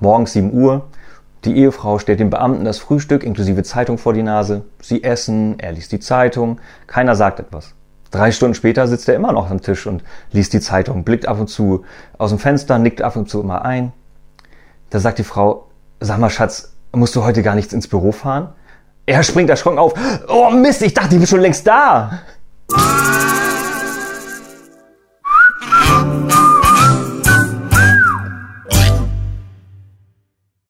Morgens 7 Uhr. Die Ehefrau stellt dem Beamten das Frühstück inklusive Zeitung vor die Nase. Sie essen, er liest die Zeitung. Keiner sagt etwas. 3 Stunden später sitzt er immer noch am Tisch und liest die Zeitung, blickt ab und zu aus dem Fenster, nickt ab und zu immer ein. Da sagt die Frau, sag mal Schatz, musst du heute gar nichts ins Büro fahren? Er springt erschrocken auf. Oh Mist, ich dachte, ich bin schon längst da.